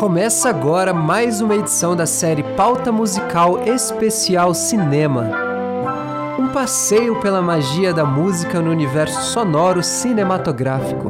Começa agora mais uma edição da série Pauta Musical Especial Cinema. Um passeio pela magia da música no universo sonoro cinematográfico.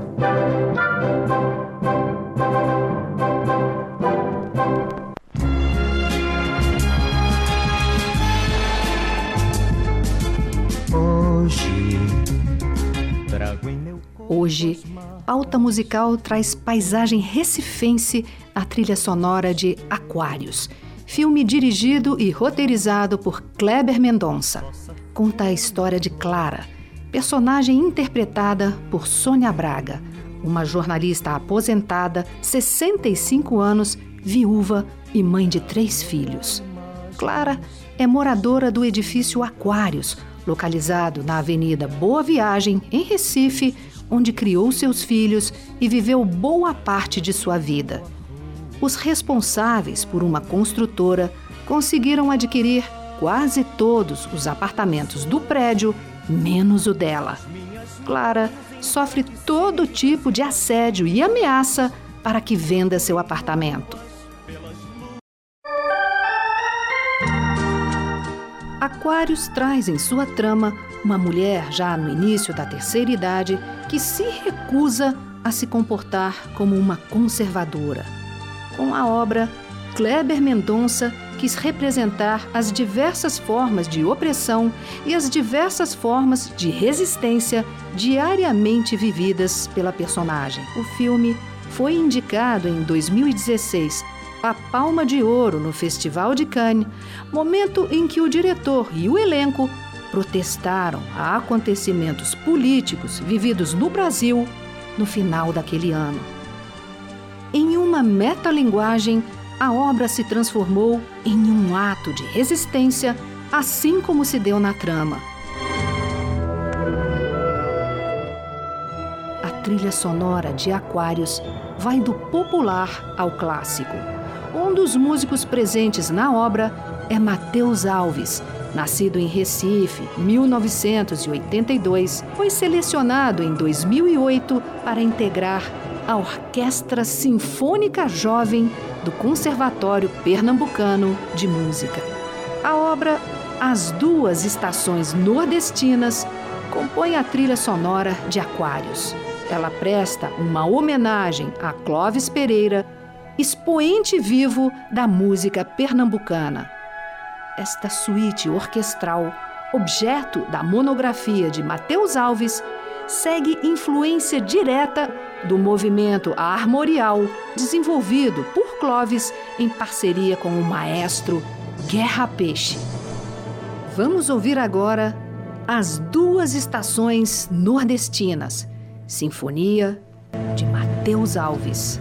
Hoje, Pauta Musical traz paisagem recifense à trilha sonora de Aquários, filme dirigido e roteirizado por Kleber Mendonça. Conta a história de Clara, personagem interpretada por Sônia Braga, uma jornalista aposentada, 65 anos, viúva e mãe de 3 filhos. Clara é moradora do edifício Aquários, localizado na Avenida Boa Viagem, em Recife, onde criou seus filhos e viveu boa parte de sua vida. Os responsáveis por uma construtora conseguiram adquirir quase todos os apartamentos do prédio, menos o dela. Clara sofre todo tipo de assédio e ameaça para que venda seu apartamento. Aquários traz em sua trama uma mulher já no início da terceira idade que se recusa a se comportar como uma conservadora. Com a obra, Kleber Mendonça quis representar as diversas formas de opressão e as diversas formas de resistência diariamente vividas pela personagem. O filme foi indicado em 2016 a Palma de Ouro no Festival de Cannes, momento em que o diretor e o elenco protestaram a acontecimentos políticos vividos no Brasil no final daquele ano. Em uma metalinguagem, a obra se transformou em um ato de resistência, assim como se deu na trama. A trilha sonora de Aquários vai do popular ao clássico. Um dos músicos presentes na obra é Matheus Alves, nascido em Recife, 1982, foi selecionado em 2008 para integrar a Orquestra Sinfônica Jovem do Conservatório Pernambucano de Música. A obra As Duas Estações Nordestinas compõe a trilha sonora de Aquários. Ela presta uma homenagem a Clóvis Pereira, expoente vivo da música pernambucana. Esta suíte orquestral, objeto da monografia de Matheus Alves, segue influência direta do movimento armorial desenvolvido por Clóvis em parceria com o maestro Guerra Peixe. Vamos ouvir agora As Duas Estações Nordestinas, Sinfonia de Matheus Alves.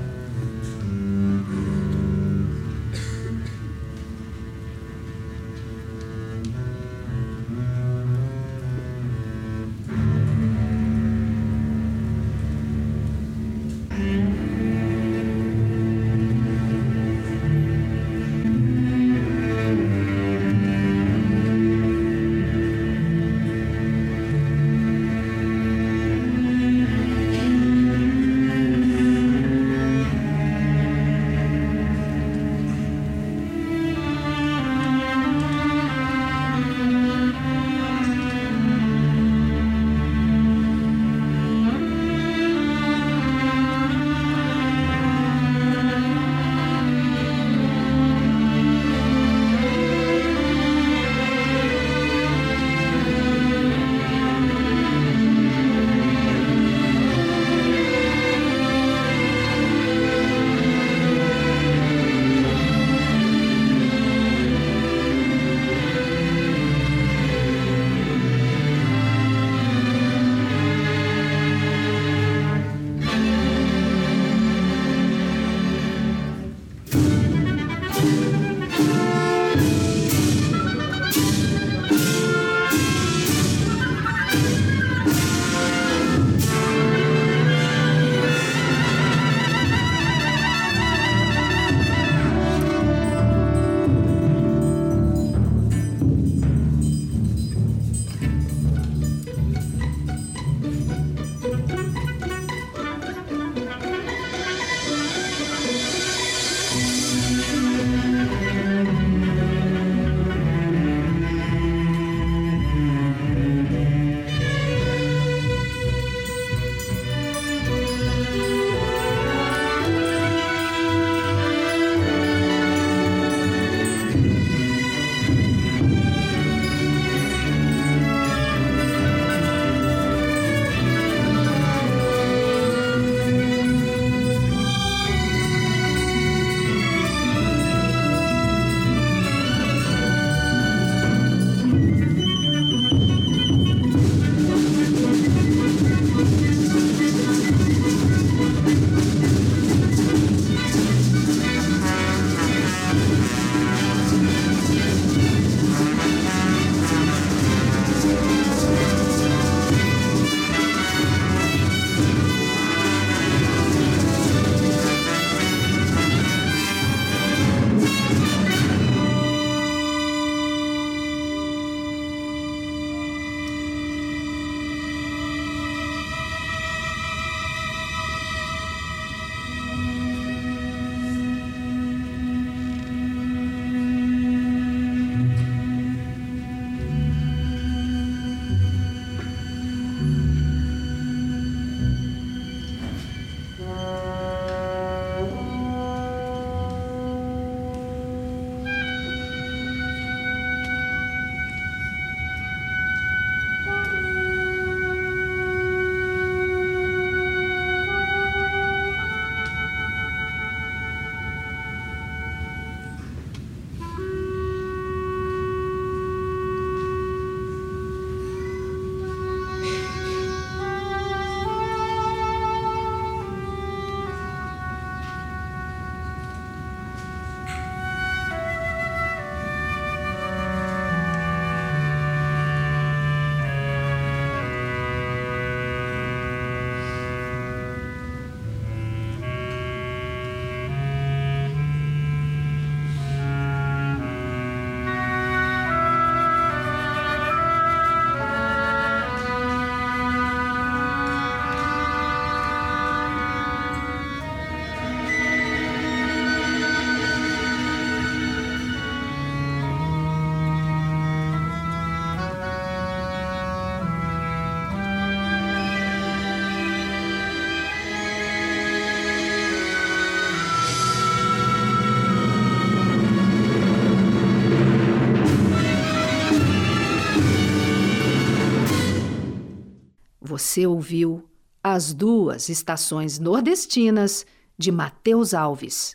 Você ouviu As Duas Estações Nordestinas, de Mateus Alves.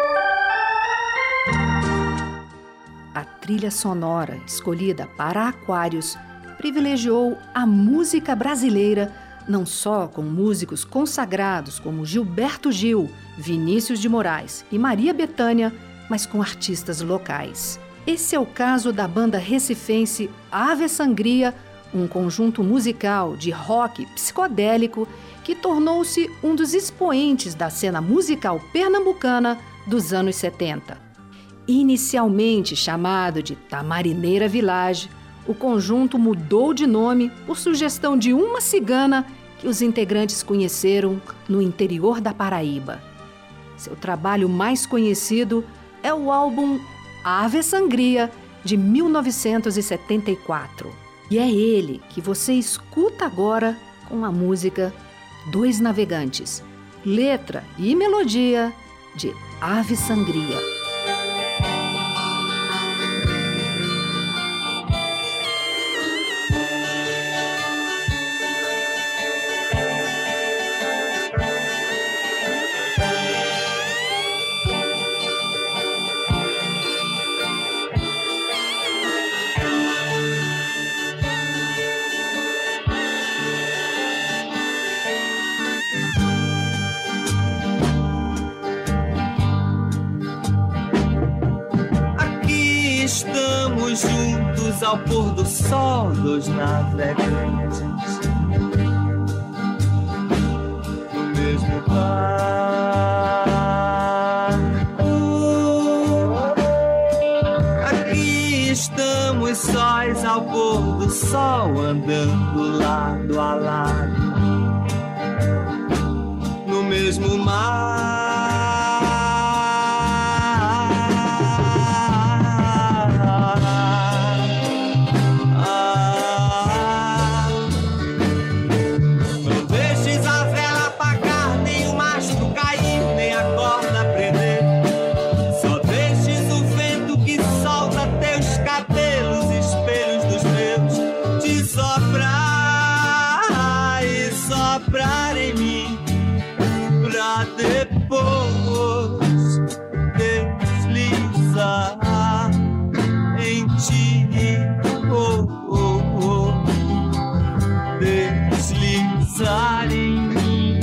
A trilha sonora escolhida para Aquários privilegiou a música brasileira, não só com músicos consagrados como Gilberto Gil, Vinícius de Moraes e Maria Bethânia, mas com artistas locais. Esse é o caso da banda recifense Ave Sangria, um conjunto musical de rock psicodélico que tornou-se um dos expoentes da cena musical pernambucana dos anos 70. Inicialmente chamado de Tamarineira Village, o conjunto mudou de nome por sugestão de uma cigana que os integrantes conheceram no interior da Paraíba. Seu trabalho mais conhecido é o álbum Ave Sangria, de 1974. E é ele que você escuta agora com a música Dois Navegantes, letra e melodia de Ave Sangria. Estamos juntos ao pôr do sol dos navegantes, no mesmo barco. Aqui estamos sós ao pôr do sol, andando lado a lado, no mesmo mar. Depois deslizar em ti, deslizar em mim,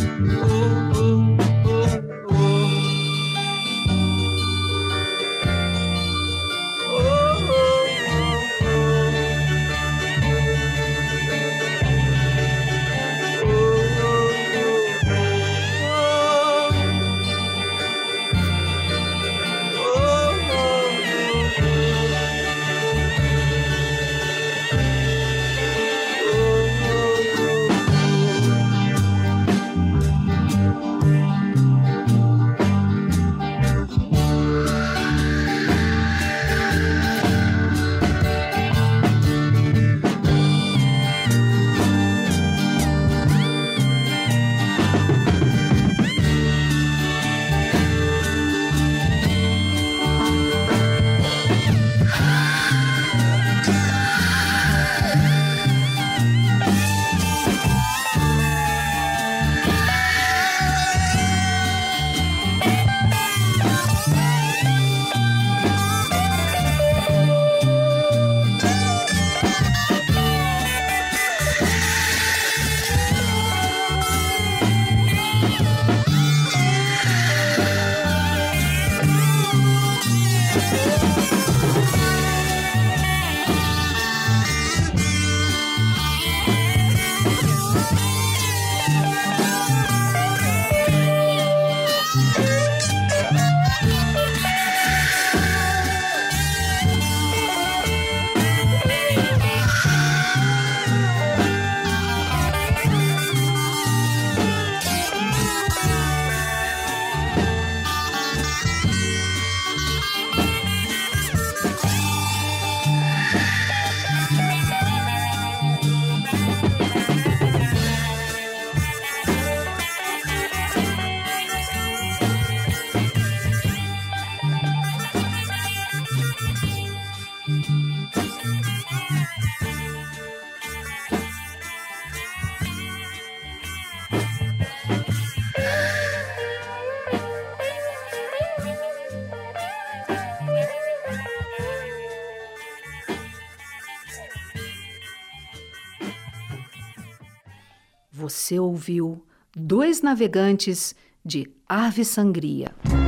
você ouviu Dois Navegantes, de Ave Sangria.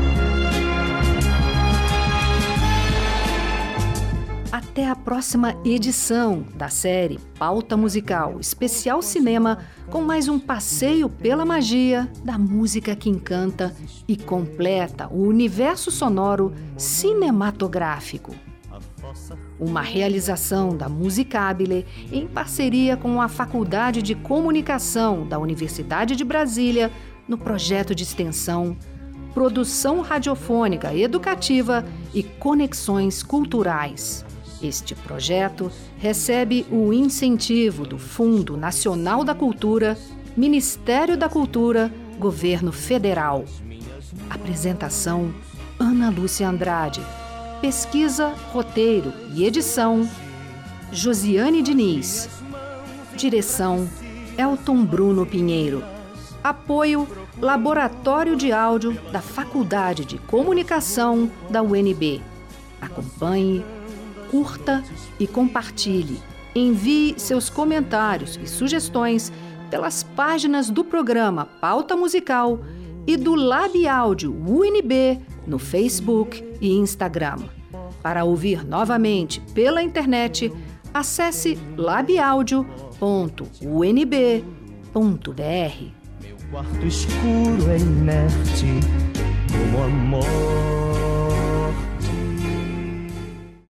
Até a próxima edição da série Pauta Musical Especial Cinema, com mais um passeio pela magia da música que encanta e completa o universo sonoro cinematográfico. Uma realização da Musicabile em parceria com a Faculdade de Comunicação da Universidade de Brasília, no projeto de extensão Produção Radiofônica Educativa e Conexões Culturais. Este projeto recebe o incentivo do Fundo Nacional da Cultura, Ministério da Cultura, Governo Federal. Apresentação: Ana Lúcia Andrade. Pesquisa, roteiro e edição: Josiane Diniz. Direção: Elton Bruno Pinheiro. Apoio: Laboratório de Áudio da Faculdade de Comunicação da UNB. Acompanhe, curta e compartilhe. Envie seus comentários e sugestões pelas páginas do programa Pauta Musical e do Lab Áudio UNB no Facebook e Instagram. Para ouvir novamente pela internet, acesse labaudio.unb.br. Meu quarto escuro é inerte como amor.